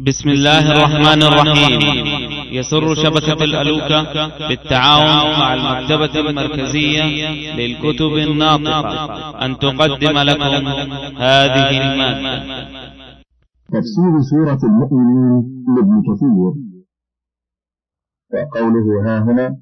بسم الله الرحمن الرحيم. يسر شبكة الألوكة بالتعاون مع المكتبة المركزية للكتب الناطقة أن تقدم لكم هذه المادة. تفسير سورة المؤمنين لابن كثير. وقوله ها هنا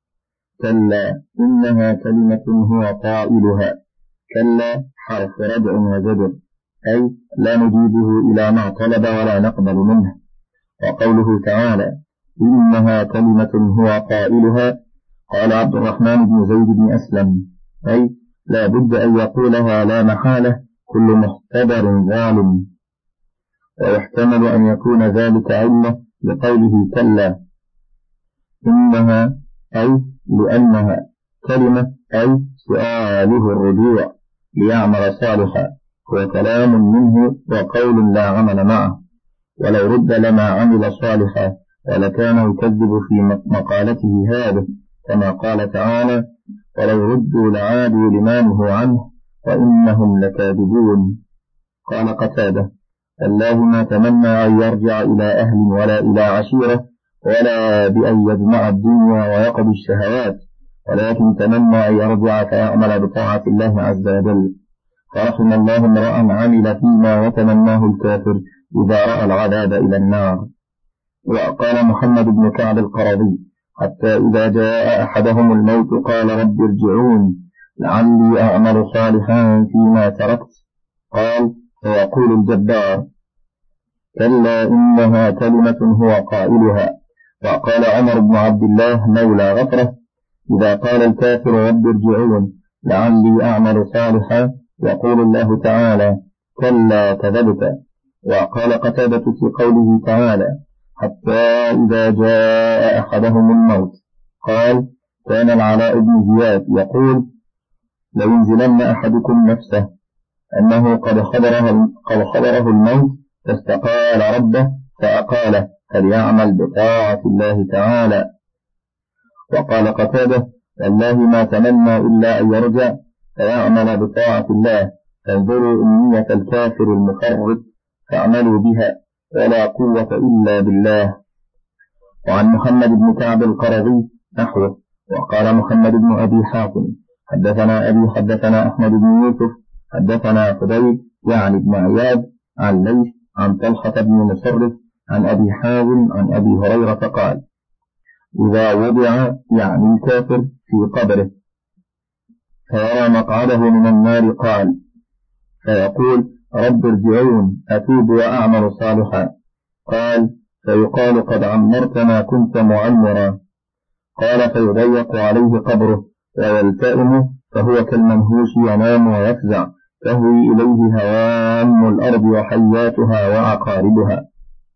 كلا إنها كلمة هو قائلها. كلا حرف ردع وزجر، أي لا نجيبه إلى ما طلب ولا نقبل منه. وقوله تعالى إنها كلمة هو قائلها، قال عبد الرحمن بن زيد بن أسلم، أي لا بد أن يقولها لا محالة كل محتضر ظالم. ويحتمل أن يكون ذلك علة لقوله كلا إنها، أي لأنها كلمة، أي سؤاله الرجوع ليعمل صالحا، هو كلام منه وقول لا عمل معه. ولو رد لما عمل صالحا، ولكان يكذب في مقالته هذه، كما قال تعالى ولو ردوا لعادوا لما نهوا عنه وإنهم لكاذبون. قال قتادة الله ما تمنى أن يرجع إلى أهل ولا إلى عشيرة ولا بأن يجمع الدنيا ويقضي الشهوات، ولكن تمنى أن يرجع فيعمل بطاعة الله عز وجل. فرحم الله امرأ عمل فيما يتمناه الكافر إذا رأى العذاب إلى النار. وقال محمد بن كعب القرظي حتى إذا جاء أحدهم الموت قال رب ارجعون لعلي أعمل صالحا فيما تركت، قال فيقول الجبار كلا إنها كلمة هو قائلها. وقال عمر بن عبد الله مولى غفرة إذا قال الكافر رب ارجعون لعلي أعمل صالحا، يقول الله تعالى كلا كذبت. وقال قتادة في قوله تعالى حتى إذا جاء أحدهم الموت، قال كان العلاء بن زياد يقول لينزلن أحدكم نفسه أنه قد خبره الموت فاستقال ربه فأقاله فليعمل بطاعة الله تعالى. وقال قتادة والله ما تمنى إلا أن يرجع فيعمل بطاعة الله، فانظروا أمنية الكافر المفرط فاعملوا بها ولا قوة إلا بالله. وعن محمد بن كعب القرظي نحوه. وقال محمد بن أبي حاتم حدثنا أبي حدثنا أحمد بن يوسف حدثنا فضيل يعني بن عياد عن ليث عن طلحة بن مصرف عن أبي حازم عن أبي هريرة قال إذا وضع يعني الكافر في قبره فيرى مقعده من النار قال فيقول رب ارجعون أتوب وأعمل صالحا، قال فيقال قد عمرت ما كنت معمرا، قال فيضيق عليه قبره ويلتئم فهو كالمنهوش ينام ويفزع تهوي إليه هوام الأرض وحياتها وعقاربها.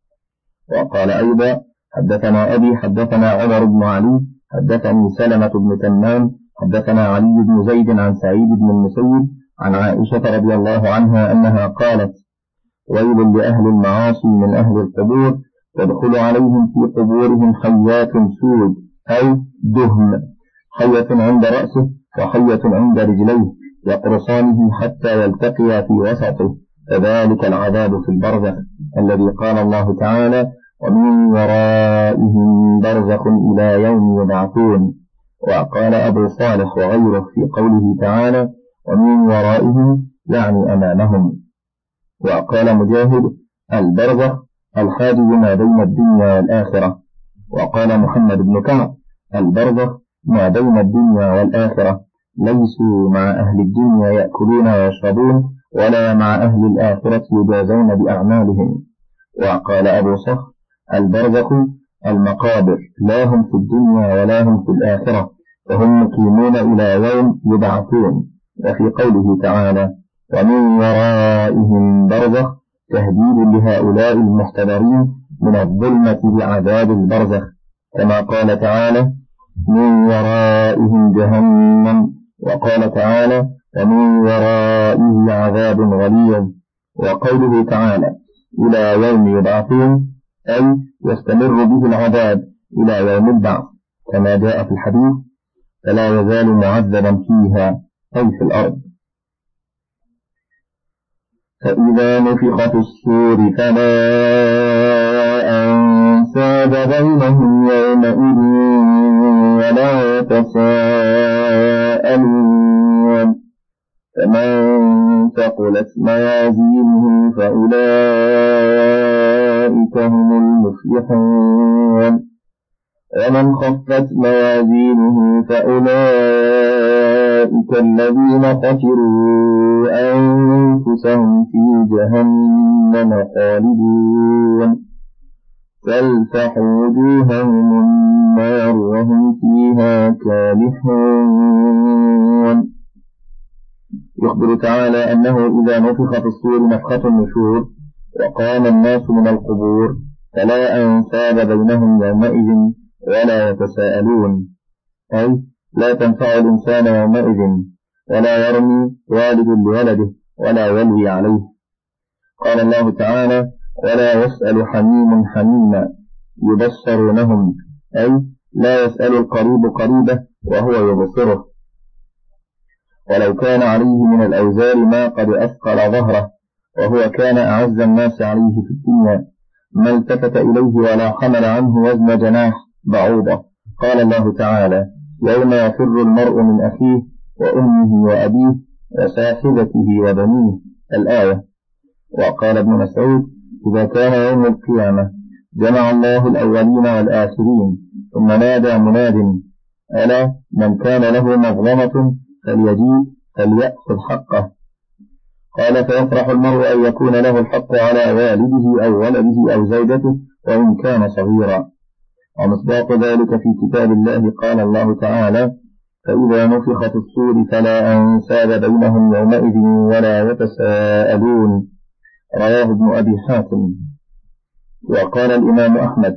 وقال أيضا حدثنا أبي حدثنا عمر بن علي حدثني سلمة بن تمام حدثنا علي بن زيد عن سعيد بن المسيب عن عائشة رضي الله عنها أنها قالت ويل لأهل المعاصي من أهل القبور يدخل عليهم في قبورهم حيات سود أي دهم، حية عند رأسه وحية عند رجليه يقرصانه حتى يلتقيا في وسطه، فذلك العذاب في البرزخ الذي قال الله تعالى ومن ورائهم برزخ إلى يوم يبعثون. وقال أبو صالح وغيره في قوله تعالى ومن ورائهم يعني أمامهم. وقال مجاهد البرزخ الحاجز ما بين الدنيا والآخرة. وقال محمد بن كعب البرزخ ما بين الدنيا والآخرة، ليسوا مع أهل الدنيا يأكلون ويشربون ولا مع أهل الآخرة يجازون بأعمالهم. وقال أبو صخر البرزخ المقابر لا هم في الدنيا ولا هم في الآخرة، فهم مقيمون إلى يوم يبعثون. وفي قوله تعالى ومن ورائهم برزخ تهديد لهؤلاء المحتضرين من الظلمة بعذاب البرزخ، كما قال تعالى من ورائهم جهنم، وقال تعالى ومن ورائه عذاب غليظ. وقوله تعالى إلى يوم يبعثون أي يستمر به العذاب إلى يوم البعث، كما جاء في الحديث فلا يزال معذبا فيها أي في الأرض. فإذا نفخ في الصور فلا نصب بينهم يومئذ ولا يتساءلون فمن ثقلت موازينه فأولئك هم المفلحون ومن خفت موازينه فأولئك الذين خسروا أنفسهم في جهنم خالدون تلفح وجوههم النار وهم فيها كالحون. يخبر تعالى أنه إذا نفخ في الصور نفخة النشور وقام الناس من القبور فلا أنساب بينهم يومئذ ولا يتساءلون، أي لا تنفع الإنسان يومئذ ولا يرمي والد لولده ولا يلوي عليه. قال الله تعالى ولا يسأل حميم حميما يبصرونهم، أي لا يسأل القريب قريبه وهو يبصره، ولو كان عليه من الأوزار ما قد أثقل ظهره وهو كان أعز الناس عليه في الدنيا ما التفت إليه ولا حمل عنه وزن جناح بعوضة. قال الله تعالى يوم يفر المرء من أخيه وأمه وأبيه وصاحبته وبنيه الآية. وقال ابن مسعود إذا كان يوم القيامة جمع الله الأولين والآخرين ثم نادى مناد ألا من كان له مظلمة فليجيء فليأخذ حقه. قال فيفرح المرء أن يكون له الحق على والده أو ولده أو زوجته وإن كان صغيرا. ومصداق ذلك في كتاب الله قال الله تعالى فإذا نفخ في الصور فلا أنساب بينهم يومئذ ولا يتساءلون، رواه ابن أبي حاتم. وقال الإمام أحمد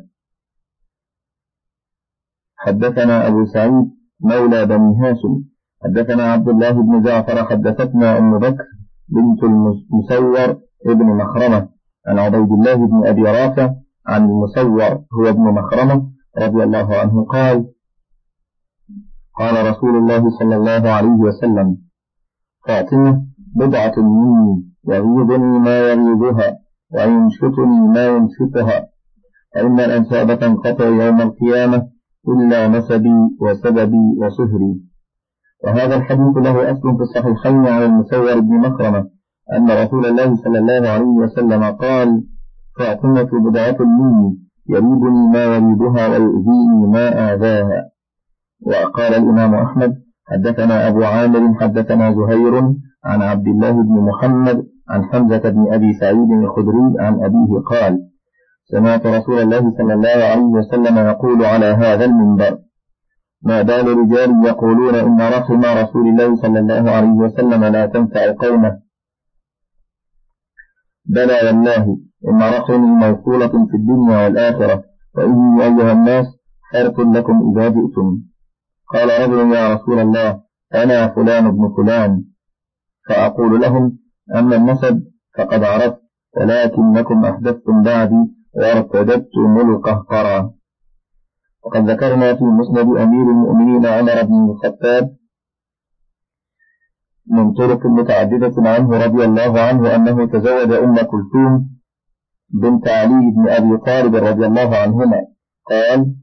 حدثنا أبو سعيد مولى بني هاشم حدثنا عبد الله بن جعفر حدثتنا أم بكر بنت المسور ابن مخرمة عن عبيد الله بن أبي رافع عن المسور هو ابن مخرمة رضي الله عنه قال قال رسول الله صلى الله عليه وسلم فاطمة بضعة مني يغيظني ما يغيظها وينشطني ما ينشطها، فإن الأنساب تنقطع يوم القيامة إلا نسبي وسببي وصهري. وهذا الحديث له أصل في الصحيحين عن المسور بن مخرمة أن رسول الله صلى الله عليه وسلم قال فاطمة بضعة مني يريبني ما يريبها ويؤذيني ما آذاها. وقال الإمام أحمد حدثنا أبو عامر حدثنا زهير عن عبد الله بن محمد عن حمزة بن أبي سعيد الخدري عن أبيه قال سمعت رسول الله صلى الله عليه وسلم يقول على هذا المنبر ما بال رجال يقولون إن رحم رسول الله صلى الله عليه وسلم لا تنفع قومه، بلى والله إن رحمي موصولة في الدنيا والآخرة وإني أيها الناس حرق لكم إذا جئتم. قال رجل يا رسول الله أنا فلان بن فلان، فأقول لهم أما النسب فقد عرفت ولكنكم أحدثتم بعدي وارتددتم القهقرى. وقد ذكرنا في مسند أمير المؤمنين عمر بن الخطاب من طرق متعددة عنه رضي الله عنه أنه تزوج أم كلثوم بنت علي بن أبي طالب رضي الله عنهما قال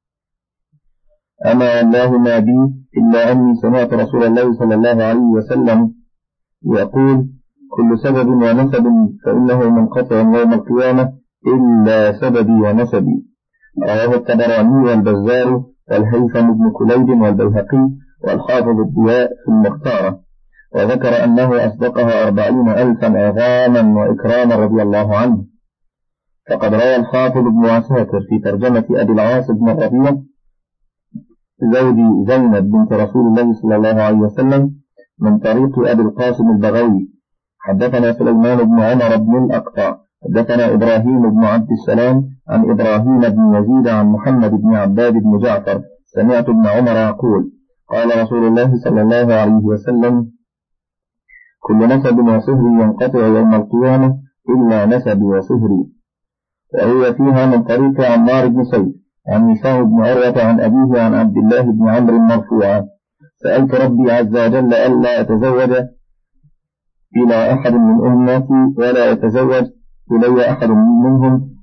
أما والله ما بي إلا أني سمعت رسول الله صلى الله عليه وسلم يقول كل سبب ونسب فإنه منقطع يوم القيامة إلا سببي ونسبي. رواه الطبراني والبزار والهيثم بن كليب والبيهقي والحافظ الضياء في المختارة، وذكر أنه أصدقها 40,000 عظاما وإكراما رضي الله عنه. فقد روى الحافظ ابن عساكر في ترجمة أبي العاص بن الربيع زوج زينب بنت رسول الله صلى الله عليه وسلم من طريق أبي القاسم البغوي حدثنا سليمان بن عمر بن الأقطع حدثنا إبراهيم بن عبد السلام عن إبراهيم بن يزيد عن محمد بن عباد بن جعفر سمعت ابن عمر يقول قال رسول الله صلى الله عليه وسلم كل نسب وصهري ينقطع يوم القيامة إلا نسبي وصهري. وهي فيها من طريق عمار بن سيف عن هشام بن عروة عن أبيه عن عبد الله بن عمرو مرفوعا سألت ربي عز وجل ألا أتزوج إلى أحد من أمتي ولا يتزوج إلي أحد منهم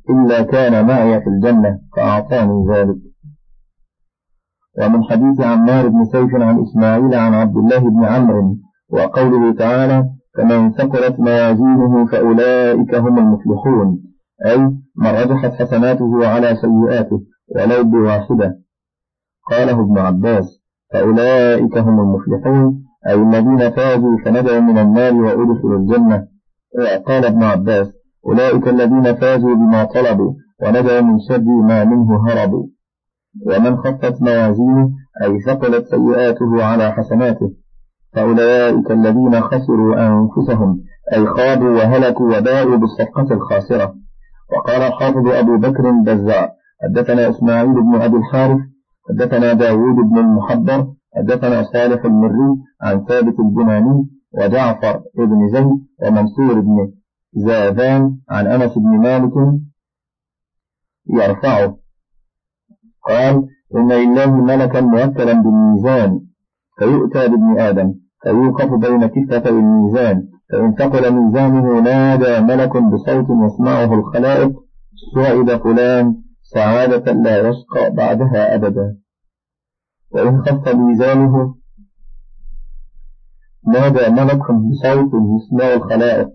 إلا كان معي في الجنة فأعطاني ذلك. ومن حديث عمار بن سيف عن إسماعيل عن عبد الله بن عمرو وقوله تعالى فمن ثقلت موازينه فأولئك هم المفلحون، أي من رجحت حسناته على سيئاته ولو بواحدة. قاله ابن عباس فأولئك هم المفلحون أي الذين فازوا فنجوا من النار وأدخلوا الجنة. وقال ابن عباس أولئك الذين فازوا بما طلبوا ونجوا من شر ما منه هربوا. ومن خفت موازينه أي ثقلت سيئاته على حسناته فأولئك الذين خسروا أنفسهم أي خابوا وهلكوا وباءوا بالصفقة الخاسرة. وقال الحافظ أبو بكر البزاع حدثنا إسماعيل بن أبي الحارث حدثنا داود بن المحبر حدثنا صالح المري عن ثابت البناني وجعفر بن زيد ومنصور بن زاذان عن أنس بن مالك يرفعه قال إن لله ملكا موكلا بالميزان فيؤتى بابن آدم فيوقف بين كفتي الميزان فإن ثقل ميزانه نادى ملك بصوت يسمعه الخلائق سعد فلان سعادة لا يشقى بعدها أبدا. وإن خف ميزانه نادى ملك بصوت يسمع الخلائق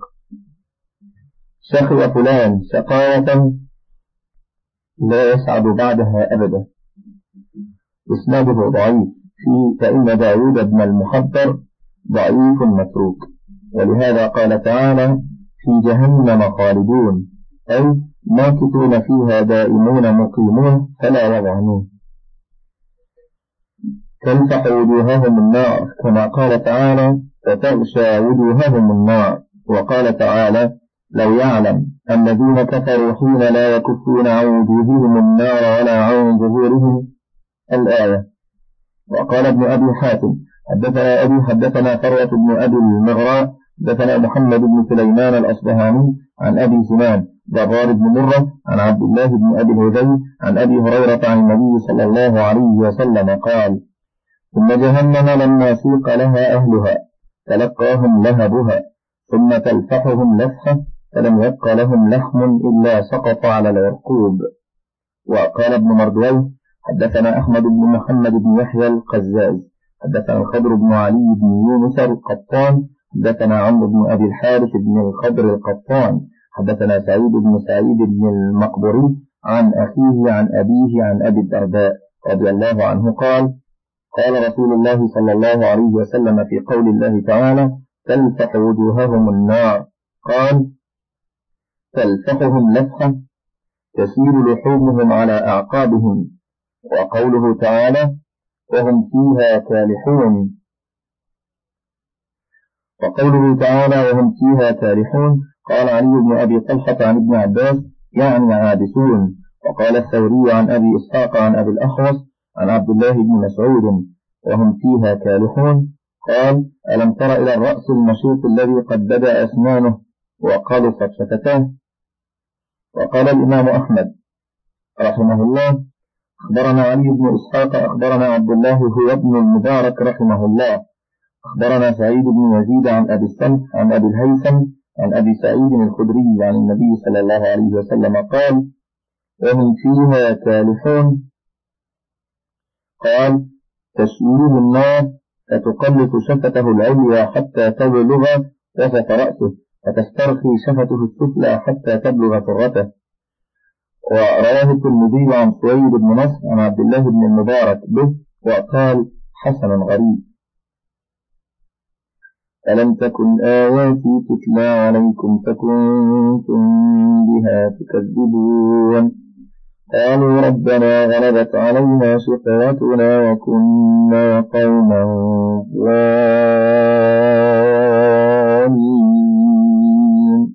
شقي فلان شقاوة لا يسعد بعدها أبدا. إسناده ضعيف فإن داود بن المحبر ضعيف متروك. ولهذا قال تعالى في جهنم خالدون أي ماكثون فيها دائمون مقيمون فلا يضعنون. تلفح وجوههم النار كما قال تعالى فتغشى وجوههم النار. وقال تعالى لو يعلم الذين كفروا حين لا يكفون عن وجوههم النار ولا عن ظهورهم الآية. وقال ابن أبي حاتم حدثنا أبي حدثنا فروة بن أبي المغراء حدثنا محمد بن سليمان الأصبهاني عن أبي سنان ضرار بن مرة عن عبد الله بن أبي الهذيل عن أبي هريرة عن النبي صلى الله عليه وسلم قال ثم جهنم لما سيق لها أهلها تلقاهم لهبها ثم تلفحهم لفحة فلم يبق لهم لحم إلا سقط على العرقوب. وقال ابن مردويه حدثنا أحمد بن محمد بن يحيى القزاز حدثنا الخضر بن علي بن يونس القطان حدثنا عمرو بن أبي الحارث بن الخضر القطان حدثنا سعيد بن سعيد بن المقبري عن أخيه عن أبيه عن أبي الدرداء رضي الله عنه قال قال رسول الله صلى الله عليه وسلم في قول الله تعالى تلفح وجوههم النار قال تلفحهم لفحة تسير لحومهم على أعقابهم. وقوله تعالى وهم فيها كالحون قال علي بن أبي طلحة عن ابن عباس يعني عابسون. وقال الثوري عن أبي إسحاق عن أبي الأحوص عن عبد الله بن مسعود وهم فيها كالحون قال ألم تر إلى الرأس المشيط الذي قد بدا أسنانه وقالصت شفتاه. وقال الإمام أحمد رحمه الله أخبرنا علي بن إسحاق أخبرنا عبد الله هو ابن المبارك رحمه الله أخبرنا سعيد بن يزيد عن أبي السمح عن أبي الهيثم عن أبي سعيد الخدري عن النبي صلى الله عليه وسلم قال وهم فيها كالحون قال تشويه النار فتقلص شفته العليا حتى تبلغ وسط رأسه فتسترخي شفته السفلى حتى تبلغ فرته. ورواه الترمذي عن سويد بن نصر عن عبد الله بن المبارك به وقال حسن غريب. ألم تكن آياتي تتلى عليكم فكنتم بها تكذبون قالوا ربنا غلبت علينا شقوتنا وكنا قوما ضالين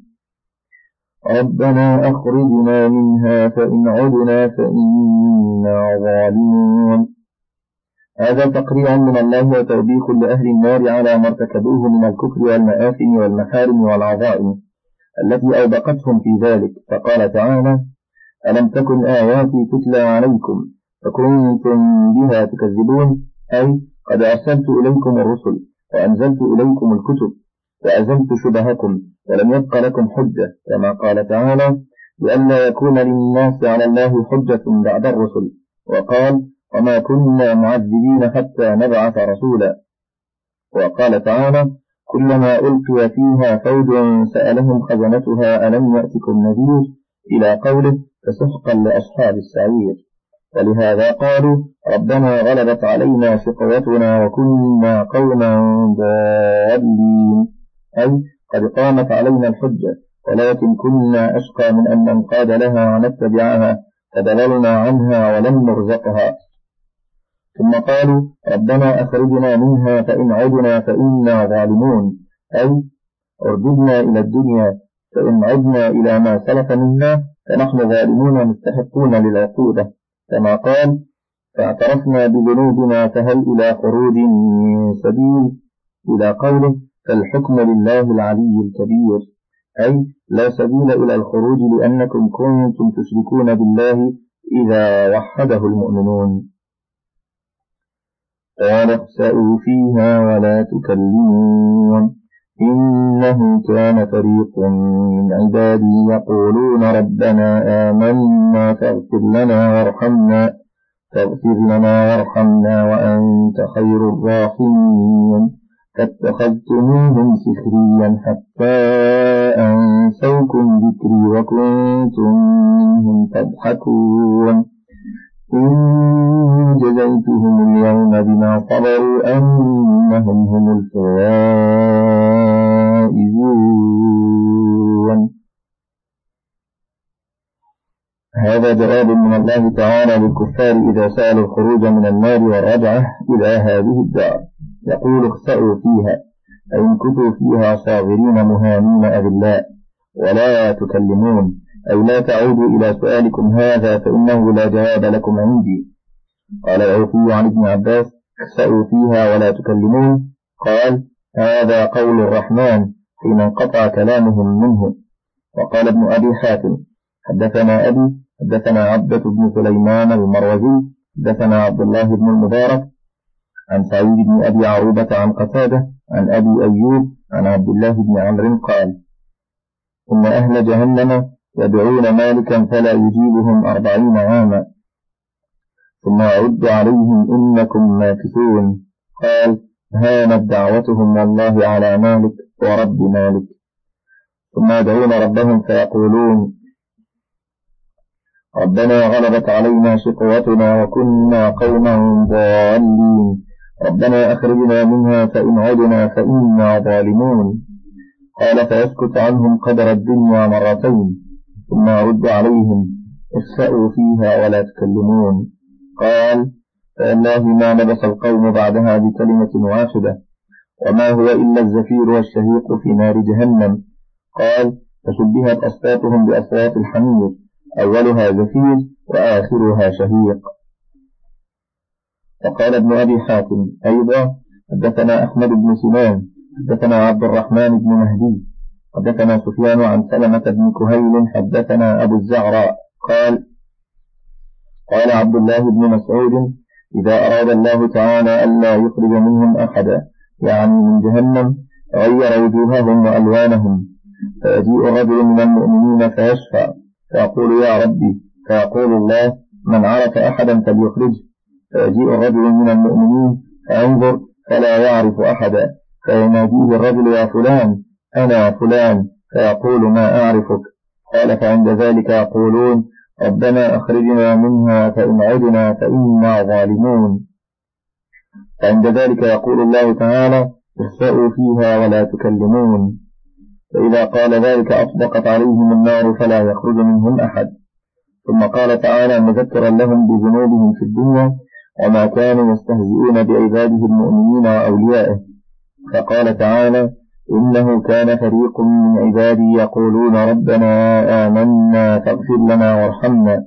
ربنا أخرجنا منها فإن عدنا فإنا ظالمون. هذا تقريع من الله وتوبيخ لأهل النار على ما ارتكبوه من الكفر والمآثم والمحارم والعظائم التي أوبقتهم في ذلك. فقال تعالى ألم تكن آياتي تتلى عليكم فكنتم بها تكذبون أي قد أرسلت إليكم الرسل وأنزلت إليكم الكتب وأزلت شبهكم ولم يبق لكم حجة كما قال تعالى لئلا يكون للناس على الله حجة بعد الرسل. وقال وما كنا معذبين حتى نبعث رسولا. وقال تعالى كلما ألقي فيها فوج سألهم خزنتها ألم يأتكم نذير إلى قوله فسحقا لأصحاب السعير. ولهذا قالوا ربنا غلبت علينا شقوتنا وكنا قوما ضالين، أي قد قامت علينا الحجة ولكن كنا أشقى من أن ننقاد لها ونتبعها فضللنا عنها ولم نرزقها. ثم قالوا ربنا أخرجنا منها فإن عدنا فإنا ظالمون، أي أرددنا إلى الدنيا فإن عدنا إلى ما سلف منا فنحن ظالمون مستحقون للعقوبة، كما قال فاعترفنا بذنوبنا فهل إلى خروج من سبيل إلى قوله فالحكم لله العلي الكبير، أي لا سبيل إلى الخروج لأنكم كنتم تشركون بالله إذا وحده المؤمنون. قال اخسئوا فيها ولا تكلمون إنه كان فريق من عبادي يقولون ربنا آمنا فاغفر لنا وارحمنا وأنت خير الراحمين فاتخذتموهم سخريا حتى أنسوكم ذكري وكنتم منهم تضحكون إن جزيتهم اليوم بما صبروا أنهم هم الفائزون. هذا جواب من الله تعالى للكفار إذا سألوا الخروج من النار والرجعة إلى هذه الدار. يقول اخسئوا فيها أي امكثوا فيها صاغرين مهانين أذلاء ولا تكلمون، أي لا تعودوا إلى سؤالكم هذا فإنه لا جواب لكم عندي. قال عوفي عن ابن عباس اخسئوا فيها ولا تكلمون، قال هذا قول الرحمن حين انقطع كلامهم منه. وقال ابن أبي حاتم حدثنا أبي حدثنا عبدة بن سليمان المروزي حدثنا عبد الله بن المبارك عن سعيد بن أبي عروبة عن قتادة عن أبي أيوب عن عبد الله بن عمرو قال إن أهل جهنم يدعون مالكا فلا يجيبهم 40 عاما ثم يرد عليهم إنكم ماكثون. قال هانت دعوتهم والله على مالك ورب مالك. ثم يدعون ربهم فيقولون ربنا غلبت علينا شقوتنا وكنا قوما ضالين ربنا أخرجنا منها فإن عدنا فإنا ظالمون. قال فيسكت عنهم قدر الدنيا 2 مرتين ثم يرد عليهم اخسئوا فيها ولا تكلمون. قال فالله ما لبس القوم بعدها بكلمة واحدة وما هو إلا الزفير والشهيق في نار جهنم. قال فشبهت أصواتهم بأصوات الحمير أولها زفير وآخرها شهيق. وقال ابن أبي حاتم أيضا حدثنا أحمد بن سنان حدثنا عبد الرحمن بن مهدي حدثنا سفيان عن سلمة بن كهيل حدثنا أبو الزعراء قال عبد الله بن مسعود إذا أراد الله تعالى ألا يخرج منهم أحدا يعني من جهنم غير وجوههم وألوانهم فيجيء الرجل من المؤمنين فيشفع فيقول يا ربي فيقول الله من عرف أحدا فليخرجه فيجيء الرجل من المؤمنين فينظر فلا يعرف أحدا فيناديه الرجل يا فلان أنا فلان فيقول ما أعرفك. قال فعند ذلك يقولون ربنا أخرجنا منها فإن عدنا فإنا ظالمون. فعند ذلك يقول الله تعالى اخسئوا فيها ولا تكلمون. فإذا قال ذلك أطبقت عليهم النار فلا يخرج منهم أحد. ثم قال تعالى مذكرا لهم بذنوبهم في الدنيا وما كانوا يستهزئون بعباده المؤمنين وأوليائه. فقال تعالى إنه كان فريق من عبادي يقولون ربنا آمنا فاغفر لنا وارحمنا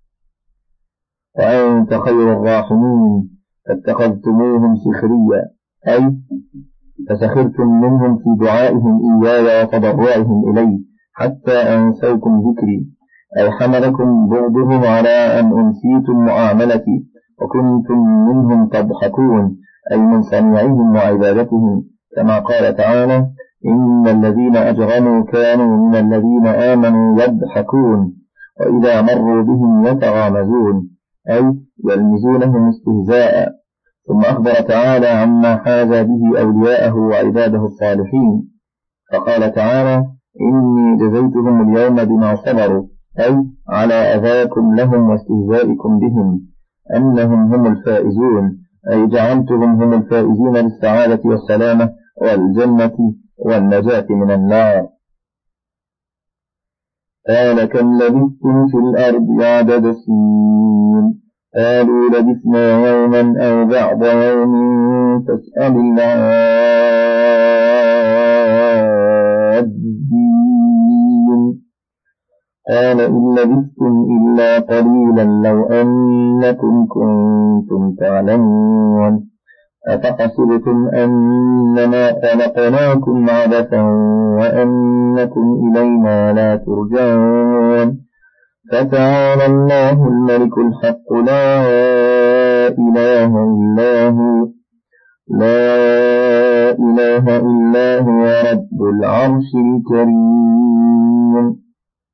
وأنت خير الراحمين فاتخذتموهم سخريا أي فسخرتم منهم في دعائهم إياي وتضرعهم إلي حتى أنسوكم ذكري أي حملكم بغضهم على أن أنسيتم معاملتي وكنتم منهم تضحكون أي من صنيعهم وعبادتهم. كما قال تعالى إن الذين أجرموا كانوا من الذين آمنوا يضحكون وإذا مروا بهم يتغامزون أي يلمزونهم استهزاء. ثم أخبر تعالى عما حاز به أولياءه وعباده الصالحين، فقال تعالى: إني جزيتهم اليوم بما صبروا، أي على أذاكم لهم واستهزائكم بهم، أنهم هم الفائزون، أي جعلتهم هم الفائزين بالسعادة والسلامة والجنة والنجاة من النار. قال: كم لبثتم في الأرض عدد سنين؟ قالوا: لبثنا يوما أو بعض يوم فاسأل العادين. قال: إن لبثتم إلا قليلا لو أنكم كنتم تعلمون. أفحسبتم أنما خلقناكم عبثا وأنكم إلينا لا ترجعون. فتعالى الله الملك الحق لا إله إلا هو رب العرش الكريم.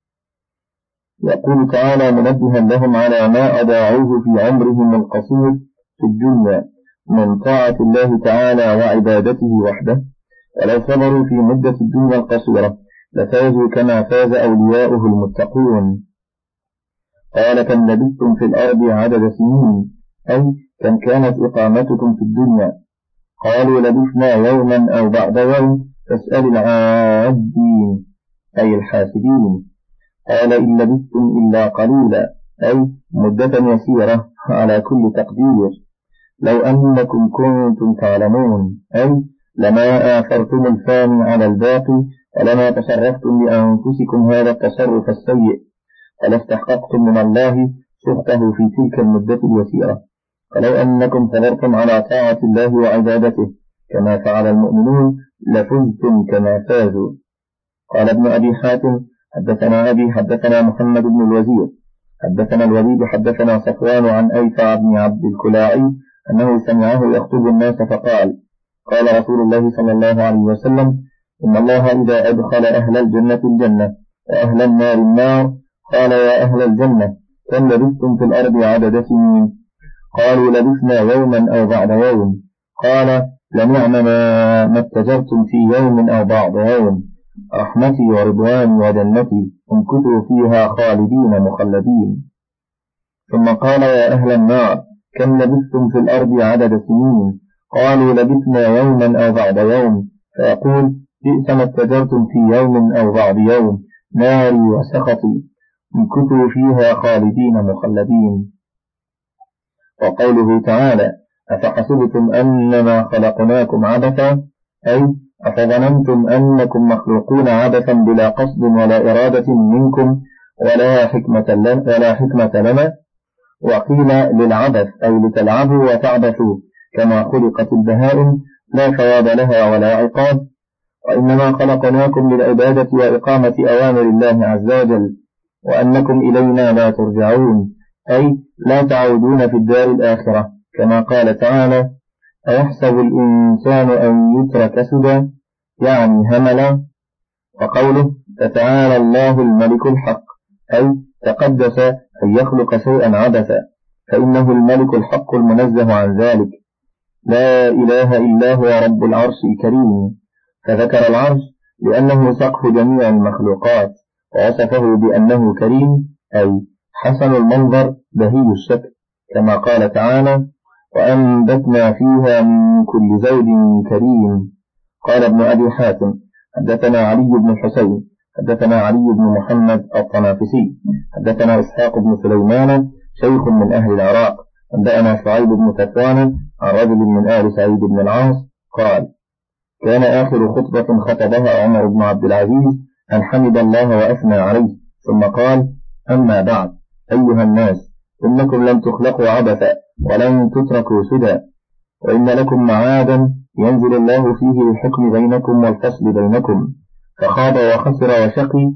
يقول تعالى منبها لهم على ما أضاعوه في عمرهم القصير في الدنيا من طاعة الله تعالى وعبادته وحده، ولو صبروا في مدة الدنيا القصيرة لفازوا كما فاز أولياؤه المتقون. قال: كم لبثتم في الأرض عدد سنين؟ أي كم كانت إقامتكم في الدنيا؟ قالوا: لبثنا يوما أو بعض يوم فاسأل العادين، أي الحاسبين. قال: إن لبثتم إلا قليلا، أي مدة يسيرة على كل تقدير. لو أنكم كنتم تعلمون، أي لما آثرتم الفاني على الباقي ولما تصرفتم لأنفسكم هذا التصرف السيء، ولاستحققتم من الله سخطه في تلك المدة اليسيرة. فلو أنكم صبرتم على طاعة الله وعبادته كما فعل المؤمنون لفزتم كما فازوا. قال ابن أبي حاتم: حدثنا أبي حدثنا محمد بن الوزير حدثنا الوليد حدثنا صفوان عن أيفع بن عبد الكلاعي أنه سمعه يخطب الناس فقال: قال رسول الله صلى الله عليه وسلم: إن الله إذا أدخل أهل الجنة الجنة وأهل النار النار قال: يا أهل الجنة كم لبثتم في الأرض عدد سنين؟ قالوا: لبثنا يوما أو بعض يوم. قال: لنعم ما اتجرتم في يوم أو بعض يوم، رحمتي ورضواني وجنتي امكثوا فيها خالدين مخلدين. ثم قال: يا أهل النار كم لبثتم في الأرض عدد سنين؟ قالوا: لبثنا يوما أو بعض يوم. فيقول: بئس ما اتجرتم في يوم أو بعض يوم، ناري وسخطي امكثوا فيها خالدين مخلدين. وقوله تعالى: أفحسبتم أنما خلقناكم عبثا، أي أفظننتم أنكم مخلوقون عبثا بلا قصد ولا إرادة منكم ولا حكمة لنا. وقيل للعبث أي لتلعبوا وتعبثوا كما خلقت البهائم لا ثواب لها ولا عقاب، وإنما خلقناكم للعبادة وإقامة أوامر الله عز وجل، وأنكم إلينا لا ترجعون، أي لا تعودون في الدار الآخرة، كما قال تعالى: أيحسب الإنسان أن يترك سدى، يعني هملا. وقوله: فتعالى الله الملك الحق، أي تقدس أن يخلق شيئا عبثا، فإنه الملك الحق المنزه عن ذلك، لا إله إلا هو رب العرش الكريم. فذكر العرش لأنه سقف جميع المخلوقات، ووصفه بأنه كريم، أي حسن المنظر بهي الشكل، كما قال تعالى: وأنبتنا فيها من كل زوج كريم. قال ابن أبي حاتم: حدثنا علي بن الحسين حدثنا علي بن محمد الطنافسي حدثنا إسحاق بن سليمان شيخ من أهل العراق أنبأنا شعيب بن صفوان عن رجل من آل سعيد بن العاص قال: كان آخر خطبة خطبها عمر بن عبد العزيز أن حمد الله وأثنى عليه، ثم قال: أما بعد، أيها الناس، إنكم لم تخلقوا عبثا ولن تتركوا سدى، وإن لكم معادا ينزل الله فيه الحكم بينكم والفصل بينكم. فخاب وخسر وشقي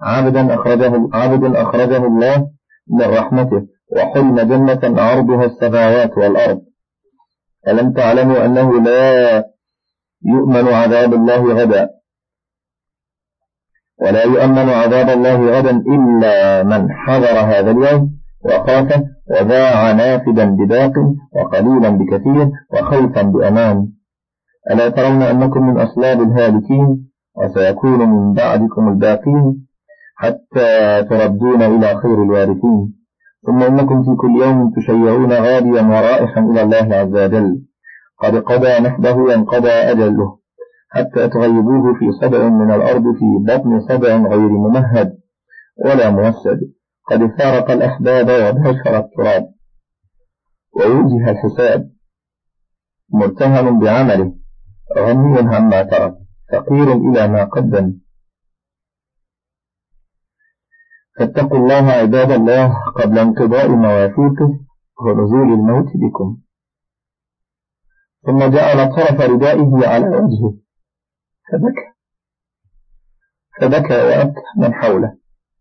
عبد أخرجه الله من رحمته وحلم جنة عرضها السماوات والأرض. ألم تعلموا أنه لا يؤمن عذاب الله غدا، ولا يؤمن عذاب الله غدا إلا من حضر هذا اليوم وخاف وذاع نافدا بباق وقليلا بكثير وخوفا بأمان. ألا ترون أنكم من أصلاب الهالكين وسيكون من بعدكم الباقين حتى تردون إلى خير الوارثين. ثم إنكم في كل يوم تشيعون غاديا ورائحا إلى الله عز وجل قد قضى نحبه ينقضى أجله حتى تغيبوه في صدع من الأرض في بطن صدع غير ممهد ولا موسد قد فارق الأحباب وبشر التراب ووجه الحساب مرتهن بعمله غني عما ترك فقير إلى ما قدم. فاتقوا الله عباد الله قبل انقضاء مواثيقه ونزول الموت بكم. ثم جعل طرف ردائه على وجهه فبكى وأبكى من حوله.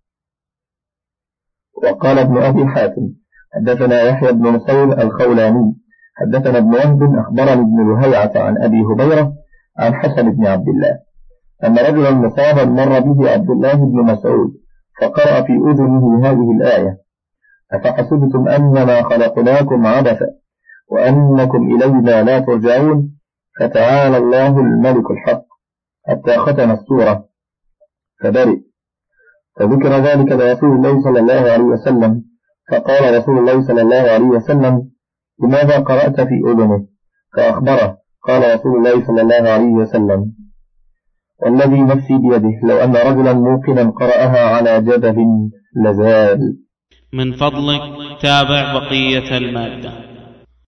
وقال ابن أبي حاتم حدثنا يحيى بن نصير الخولاني حدثنا ابن وهب أخبرني ابن لهيعة عن أبي هبيرة عن حسن بن عبد الله أن رجلا مصابا مر به عبد الله بن مسعود فقرأ في أذنه هذه الآية: أفحسبتم أنما خلقناكم عبثا وأنكم إلينا لا ترجعون فتعالى الله الملك الحق، حتى ختم السورة فبرئ. فذكر ذلك لرسول الله صلى الله عليه وسلم فقال رسول الله صلى الله عليه وسلم: لماذا قرأت في أذنه؟ فأخبره. قال رسول الله صلى الله عليه وسلم: والذي نفسي بيده لو أن رجلا موقنا قرأها على جبل لزال. من فضلك تابع بقية المادة.